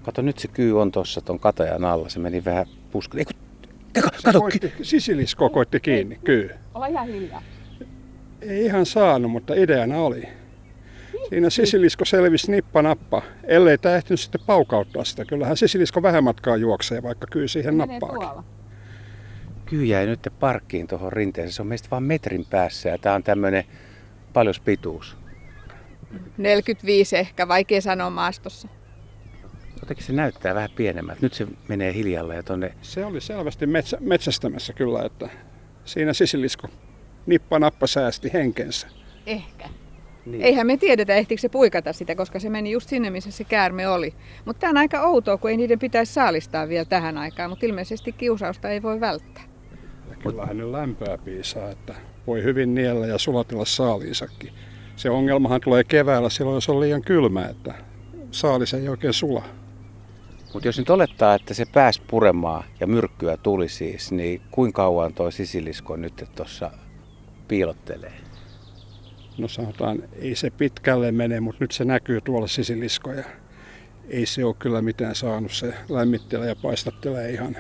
Kato, nyt se kyy on tuossa ton katajan alla. Se meni vähän puskelle. Kato, Sisilisko koitti kiinni, kyy. Olla ihan hiljaa. Ei ihan saanut, mutta ideana oli. Siinä sisilisko selvisi nippa-nappa, ellei tämä ehtinyt sitten paukauttaa sitä. Kyllähän sisilisko vähän matkaa juoksee, vaikka kyy siihen nappaakin. Kyy jäi nyt parkkiin tuohon rinteeseen. Se on meistä vain metrin päässä ja tää on tämmönen paljon pituus. 45 ehkä, vaikea sanoa maastossa. Jotenkin se näyttää vähän pienemmältä. Nyt se menee hiljalle ja tonne. Se oli selvästi metsästämässä kyllä, että siinä sisilisko nippa-nappa säästi henkensä. Ehkä. Niin. Eihän me tiedetä, ehtikö se puikata sitä, koska se meni just sinne, missä se käärme oli. Mutta tämä on aika outoa, kun ei niiden pitäisi saalistaa vielä tähän aikaan, mutta ilmeisesti kiusausta ei voi välttää. Ja kyllähän ne lämpöä piisaa, että voi hyvin niellä ja sulatella saaliinsakin. Se ongelmahan tulee keväällä silloin, jos on liian kylmä, että saalis ei oikein sula. Mutta jos nyt olettaa, että se pääsi puremaan ja myrkkyä tuli siis, niin kuinka kauan toi sisilisko nyt tuossa piilottelee? No sanotaan, ei se pitkälle mene, mutta nyt se näkyy tuolla sisilisko ja ei se ole kyllä mitään saanut. Se lämmittelee ja paistattelee ihan.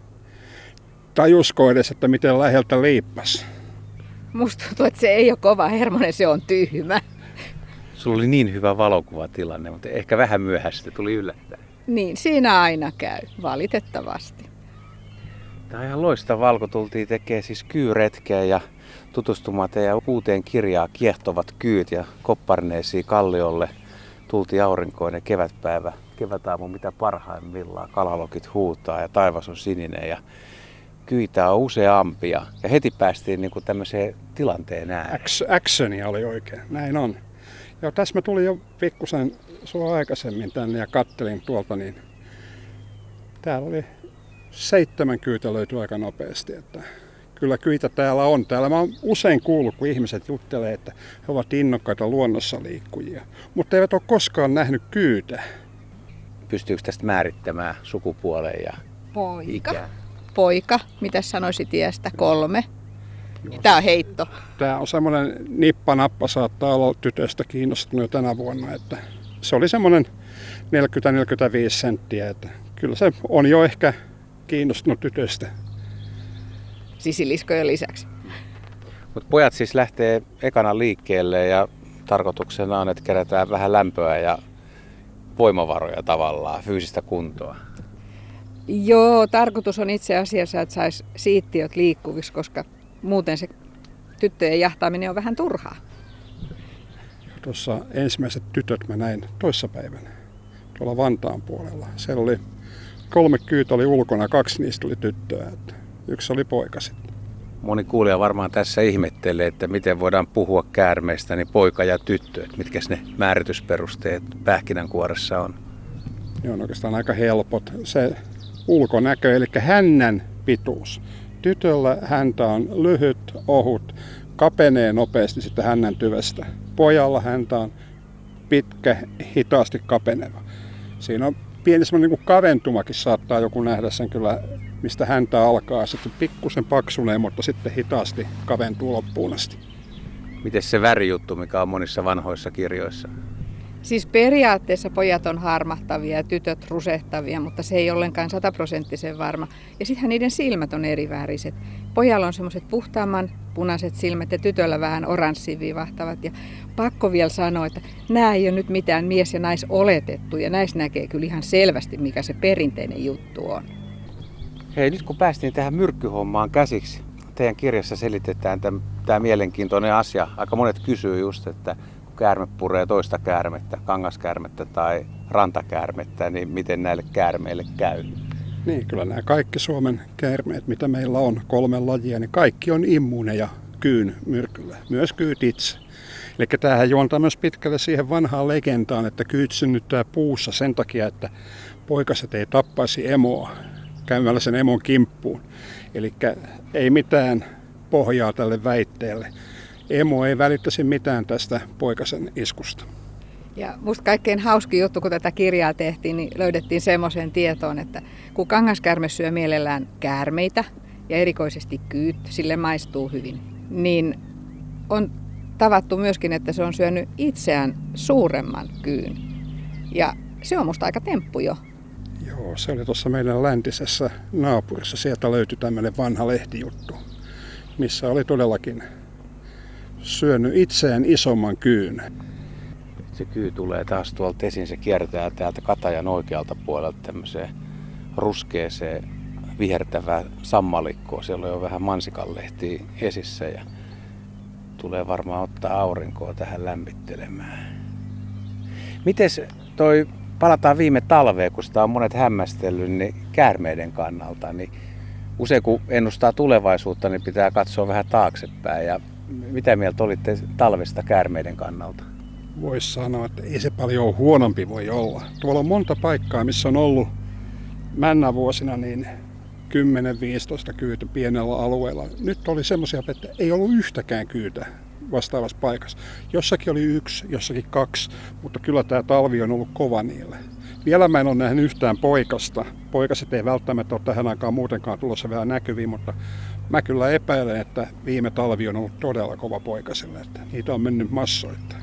Tajusko edes, että miten läheltä liippas. Musta tuntuu, että se ei ole kova hermonen, se on tyhmä. Sulla oli niin hyvä valokuvatilanne, mutta ehkä vähän myöhäistä tuli yllättäen. Niin, siinä aina käy, valitettavasti. Tämä on ihan loistavaa, kun tultiin tekemään siis kyyretkeä ja tutustumaan teidän uuteen kirjaan Kiehtovat kyyt ja Kopparneesiin kalliolle. Tultiin aurinkoinen kevätpäivä, kevätaamu mitä parhaimmillaan, kalalokit huutaa ja taivas on sininen ja kyitä on useampia. Ja heti päästiin niin kuin tämmöiseen tilanteen ääreen. Actionia oli oikein, näin on. Ja tässä mä tulin jo pikkusen sua aikaisemmin tänne ja kattelin tuolta, niin täällä oli 7 kyytä löytyi aika nopeasti. Että kyllä kyitä täällä on. Täällä mä oon usein kuullut, kun ihmiset juttelee, että he ovat innokkaita luonnossa liikkujia, mutta eivät ole koskaan nähnyt kyytä. Pystyykö tästä määrittämään sukupuolen ja ikää? Poika, mitä sanoisit iästä? 3. Tämä on heitto. Tämä on semmoinen nippa-nappa, saattaa olla tytöstä kiinnostunut jo tänä vuonna. Että se oli semmoinen 40-45 senttiä. Että kyllä se on jo ehkä kiinnostunut tytöstä. Sisiliskojen lisäksi. Mut pojat siis lähtee ekana liikkeelle ja tarkoituksena on, että kerätään vähän lämpöä ja voimavaroja tavallaan, fyysistä kuntoa. Joo, tarkoitus on itse asiassa, että saisi siittiöt liikkuviksi, koska muuten se tyttöjen jahtaaminen on vähän turhaa. Tuossa ensimmäiset tytöt mä näin toissapäivänä tuolla Vantaan puolella. Siellä oli 3 kyytä oli ulkona, 2 niistä oli tyttöä. Yksi oli poika sitten. Moni kuulija varmaan tässä ihmettelee, että miten voidaan puhua käärmeistä, niin poika ja tyttö. Että mitkä ne määritysperusteet pähkinänkuoressa on? Ne on oikeastaan aika helpot. Se ulkonäkö, eli hännän pituus. Tytöllä häntä on lyhyt, ohut, kapenee nopeasti sitten hännän tyvestä. Pojalla häntä on pitkä, hitaasti kapeneva. Siinä on pieni semmoinen niin kuin kaventumakin, saattaa joku nähdä sen kyllä, mistä häntä alkaa. Sitten pikkusen paksunee, mutta sitten hitaasti kaventuu loppuun asti. Miten se värijuttu, mikä on monissa vanhoissa kirjoissa? Siis periaatteessa pojat on harmahtavia ja tytöt rusehtavia, mutta se ei ollenkaan 100% varma. Ja sittenhän niiden silmät on eri väriset. Pojalla on semmoiset puhtaamman punaiset silmät ja tytöllä vähän oranssiin viivahtavat. Ja pakko vielä sanoa, että nämä ei ole nyt mitään mies- ja naisoletettu. Ja näissä näkee kyllä ihan selvästi, mikä se perinteinen juttu on. Hei, nyt kun päästiin tähän myrkkyhommaan käsiksi, teidän kirjassa selitetään tämä mielenkiintoinen asia. Aika monet kysyy just, että käärme puree toista käärmettä, kangaskäärmettä tai rantakäärmettä, niin miten näille käärmeille käy? Niin, kyllä nämä kaikki Suomen käärmeet, mitä meillä on, 3 lajia, niin kaikki on immuuneja kyyn myrkylle, myös kyyt itse. Eli tämähän juontaa myös pitkälle siihen vanhaan legendaan, että kyyt synnyttää puussa sen takia, että poikaset ei tappaisi emoa käymällä sen emon kimppuun. Eli ei mitään pohjaa tälle väitteelle. Emo ei välittäisi mitään tästä poikasen iskusta. Ja musta kaikkein hauskin juttu, kun tätä kirjaa tehtiin, niin löydettiin semmoiseen tietoon, että kun kangaskäärme syö mielellään käärmeitä ja erikoisesti kyyt, sille maistuu hyvin, niin on tavattu myöskin, että se on syönyt itseään suuremman kyyn. Ja se on musta aika temppu jo. Joo, se oli tuossa meidän läntisessä naapurissa. Sieltä löytyi tämmöinen vanha lehtijuttu, missä oli todellakin syönyt itseään isomman kyyn. Se kyy tulee taas tuolta esiin, se kiertää täältä katajan oikealta puolelta tämmöiseen ruskeeseen vihertävää sammalikkoa. Siellä on jo vähän mansikanlehtiä esissä ja tulee varmaan ottaa aurinkoa tähän lämmittelemään. Mites palataan viime talveen, kun sitä on monet hämmästellyt, niin käärmeiden kannalta, niin usein kun ennustaa tulevaisuutta, niin pitää katsoa vähän taaksepäin. Ja mitä mieltä olitte talvesta käärmeiden kannalta? Voisi sanoa, että ei se paljon huonompi voi olla. Tuolla on monta paikkaa, missä on ollut männävuosina niin 10-15 kyytä pienellä alueella. Nyt oli semmoisia, että ei ollut yhtäkään kyytä vastaavassa paikassa. Jossakin oli 1, jossakin 2, mutta kyllä tämä talvi on ollut kova niille. Vielä mä en ole nähnyt yhtään poikasta. Poikaset ei välttämättä ole tähän aikaan muutenkaan tulossa vielä näkyviin, mutta mä kyllä epäilen, että viime talvi on ollut todella kova poikasille, että niitä on mennyt massoittain.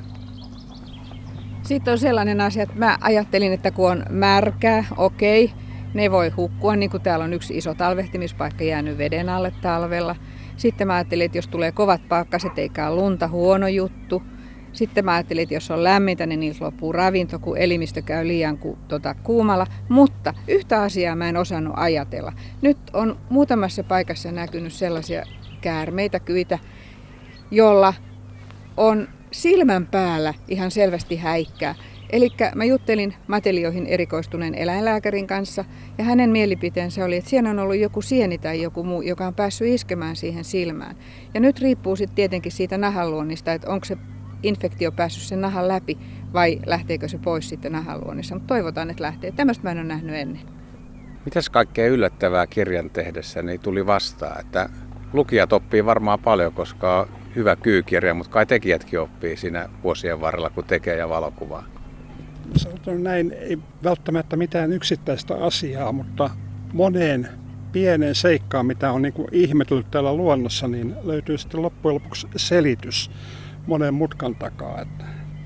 Sitten on sellainen asia, että mä ajattelin, että kun on märkää, okei, ne voi hukkua, niin kuin täällä on yksi iso talvehtimispaikka jäänyt veden alle talvella. Sitten mä ajattelin, että jos tulee kovat pakkaset eikä ole lunta, huono juttu. Sitten mä ajattelin, että jos on lämmintä, niin niiltä loppuu ravinto, kun elimistö käy liian kuumalla. Mutta yhtä asiaa mä en osannut ajatella. Nyt on muutamassa paikassa näkynyt sellaisia käärmeitä, kyitä, jolla on silmän päällä ihan selvästi häikkää. Eli mä juttelin matelioihin erikoistuneen eläinlääkärin kanssa ja hänen mielipiteensä oli, että siellä on ollut joku sieni tai joku muu, joka on päässyt iskemään siihen silmään. Ja nyt riippuu sitten tietenkin siitä nahanluonnista, että onko se infektio päässyt sen nahan läpi vai lähteekö se pois sitten nahanluonnissa. Mutta toivotaan, että lähtee. Tämmöistä mä en ole nähnyt ennen. Mitäs kaikkea yllättävää kirjan tehdessä niin tuli vastaan, että lukijat oppii varmaan paljon, koska on hyvä kyykirja, mutta kai tekijätkin oppii siinä vuosien varrella, kun tekee ja valokuvaa. Sanotaan näin, ei välttämättä mitään yksittäistä asiaa, mutta moneen pienen seikkaan, mitä on niin kuin ihmetellyt täällä luonnossa, niin löytyy sitten loppujen lopuksi selitys monen mutkan takaa. Että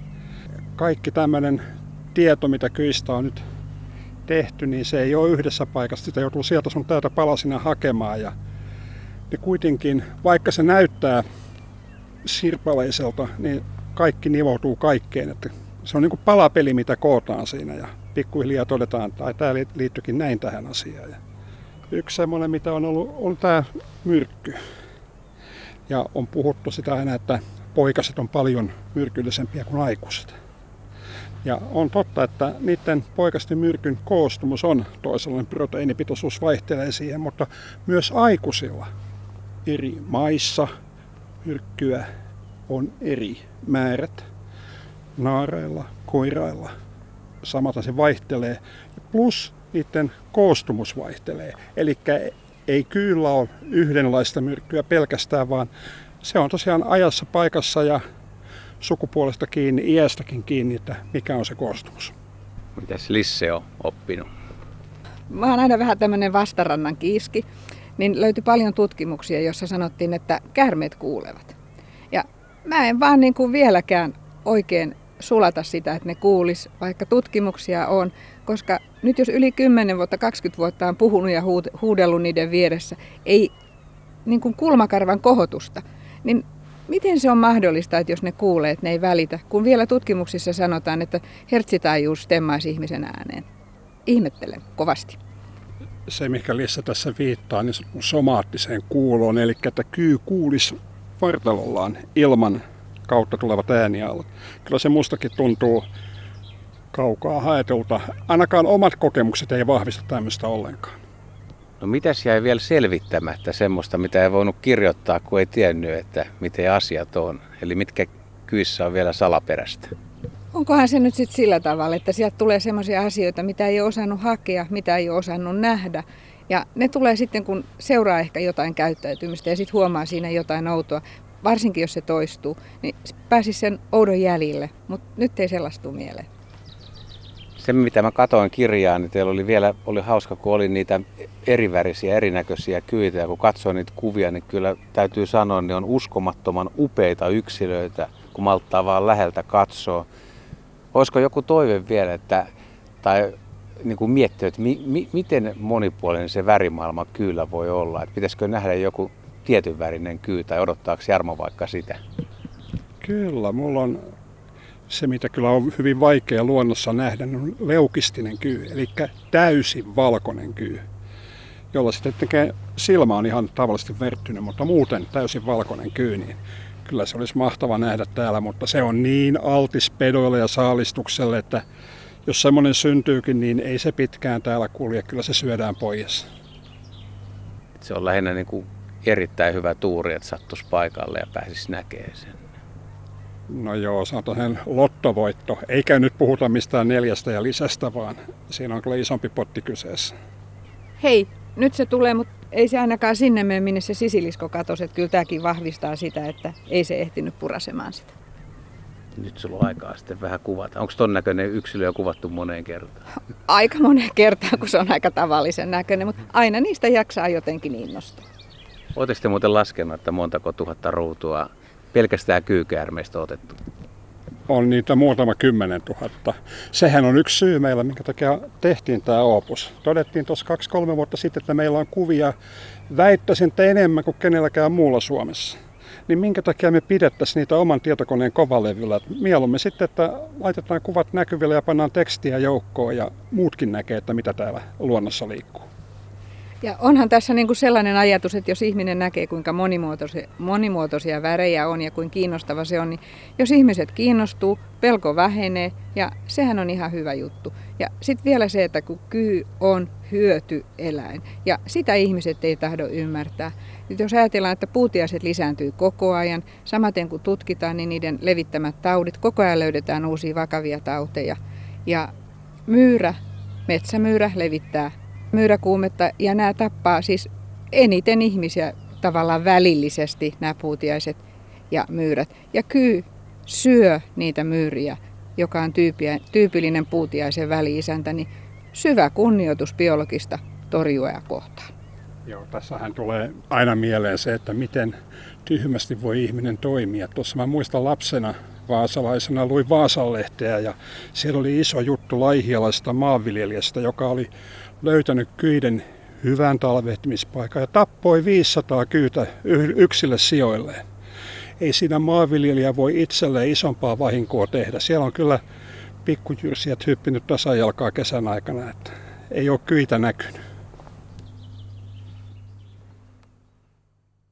kaikki tämmöinen tieto, mitä kyistä on nyt tehty, niin se ei ole yhdessä paikassa. Sitä joutuu sieltä sun täältä palasina hakemaan. Ja kuitenkin, vaikka se näyttää sirpaleiselta, niin kaikki nivoutuu kaikkeen. Että se on niin kuin palapeli, mitä kootaan siinä ja pikkuhiljaa todetaan, että tämä liittyykin näin tähän asiaan. Ja yksi semmoinen, mitä on ollut, on tämä myrkky. Ja on puhuttu sitä aina, että poikaset on paljon myrkyllisempiä kuin aikuiset. Ja on totta, että niiden poikasten myrkyn koostumus on toisenlainen, proteiinipitoisuus vaihtelee siihen, mutta myös aikuisilla eri maissa myrkkyä on eri määrät. Naareilla, koirailla, samaten se vaihtelee, plus niiden koostumus vaihtelee. Eli ei kyllä ole yhdenlaista myrkkyä pelkästään, vaan se on tosiaan ajassa, paikassa ja sukupuolesta kiinni, iästäkin kiinni, että mikä on se koostumus. Mitäs Lisse on oppinut? Mä oon aina vähän tämmöinen vastarannan kiiski, niin löytyi paljon tutkimuksia, joissa sanottiin, että käärmeet kuulevat. Ja mä en vaan niin kuin vieläkään oikein sulata sitä, että ne kuulis, vaikka tutkimuksia on, koska nyt jos yli 10 vuotta, 20 vuotta on puhunut ja huudellut niiden vieressä, ei niin kuin kulmakarvan kohotusta, niin miten se on mahdollista, että jos ne kuulee, että ne ei välitä, kun vielä tutkimuksissa sanotaan, että hertsitaajuus stemmaisi ihmisen ääneen. Ihmettelen kovasti. Se, mikä Lissa tässä viittaa, niin somaattiseen kuuloon, eli että kyy kuulisi vartalollaan ilman kautta tulevat ääniaallot. Kyllä se mustakin tuntuu kaukaa haetulta. Ainakaan omat kokemukset ei vahvista tämmöistä ollenkaan. No mitäs jäi vielä selvittämättä semmoista, mitä ei voinut kirjoittaa, kun ei tiennyt, että miten asiat on? Eli mitkä kyissä on vielä salaperäistä? Onkohan se nyt sitten sillä tavalla, että sieltä tulee semmoisia asioita, mitä ei ole osannut hakea, mitä ei ole osannut nähdä. Ja ne tulee sitten, kun seuraa ehkä jotain käyttäytymistä ja sitten huomaa siinä jotain outoa. Varsinkin jos se toistuu, niin pääsisi sen oudon jäljille, mutta nyt ei sellaista tule mieleen. Se, mitä mä katoin kirjaa, niin teillä oli hauska, kun oli niitä erivärisiä, erinäköisiä kyitä. Ja kun katsoin niitä kuvia, niin kyllä täytyy sanoa, että ne on uskomattoman upeita yksilöitä, kun malttaa vaan läheltä katsoa. Olisiko joku toive vielä, tai niin kuin miettinyt, että miten monipuolinen se värimaailma kyyllä voi olla? Että pitäisikö nähdä joku tietyn värinen kyy tai odottaako Jarmo vaikka sitä? Kyllä, mulla on se, mitä kyllä on hyvin vaikea luonnossa nähdä, on leukistinen kyy, eli täysin valkoinen kyy, jolla sitten silmä on ihan tavallisesti verttynyt, mutta muuten täysin valkoinen kyy, niin kyllä se olisi mahtava nähdä täällä, mutta se on niin altis pedoille ja saalistukselle, että jos semmoinen syntyykin, niin ei se pitkään täällä kulje, kyllä se syödään pois. Se on lähinnä niin kuin erittäin hyvä tuuri, että sattuisi paikalle ja pääsisi näkemään sen. No joo, sanotaan sen lottovoitto. Eikä nyt puhuta mistään 4 ja lisästä, vaan siinä on kyllä isompi potti kyseessä. Hei, nyt se tulee, mutta ei se ainakaan sinne mene, minne se sisilisko katosi. Että kyllä tämäkin vahvistaa sitä, että ei se ehtinyt purasemaan sitä. Nyt sulla on aikaa sitten vähän kuvata. Onko ton näköinen yksilö jo kuvattu moneen kertaan? Aika moneen kertaan, kun se on aika tavallisen näköinen, mutta aina niistä jaksaa jotenkin innostua. Oletteko te muuten laskenut, että montako tuhatta ruutua pelkästään kyykäärmeistä otettu? On niitä muutama 10 000. Sehän on yksi syy meillä, minkä takia tehtiin tämä opus. Todettiin tuossa 2-3 vuotta sitten, että meillä on kuvia, väittäisin, että enemmän kuin kenelläkään muulla Suomessa. Niin minkä takia me pidettäisiin niitä oman tietokoneen kovalevyllä? Mieluummin sitten, että laitetaan kuvat näkyville ja pannaan tekstiä joukkoon ja muutkin näkee, että mitä täällä luonnossa liikkuu. Ja onhan tässä niin kuin sellainen ajatus, että jos ihminen näkee, kuinka monimuotoisia värejä on ja kuinka kiinnostava se on, niin jos ihmiset kiinnostuu, pelko vähenee ja sehän on ihan hyvä juttu. Ja sitten vielä se, että kun kyy on hyötyeläin ja sitä ihmiset ei tahdo ymmärtää. Nyt jos ajatellaan, että puutiaiset lisääntyy koko ajan, samaten kun tutkitaan, niin niiden levittämät taudit, koko ajan löydetään uusia vakavia tauteja. Ja metsämyyrä levittää myyräkuumetta ja nämä tappaa siis eniten ihmisiä tavallaan välillisesti, nämä puutiaiset ja myyrät. Ja kyy syö niitä myyriä, joka on tyypillinen puutiaisen väli-isäntä, niin syvä kunnioitus biologista torjua kohtaan. Joo, tässähän tulee aina mieleen se, että miten tyhmästi voi ihminen toimia. Tuossa mä muistan lapsena vaasalaisena luin Vaasanlehteä ja siellä oli iso juttu laihialaisesta maanviljelijästä, joka oli löytänyt kyiden hyvän talvehtimispaikan ja tappoi 500 kyytä yksille sijoilleen. Ei siinä maanviljelijä voi itselleen isompaa vahinkoa tehdä. Siellä on kyllä pikkujyrsijät hyppinyt tasajalkaa kesän aikana, että ei ole kyitä näkynyt.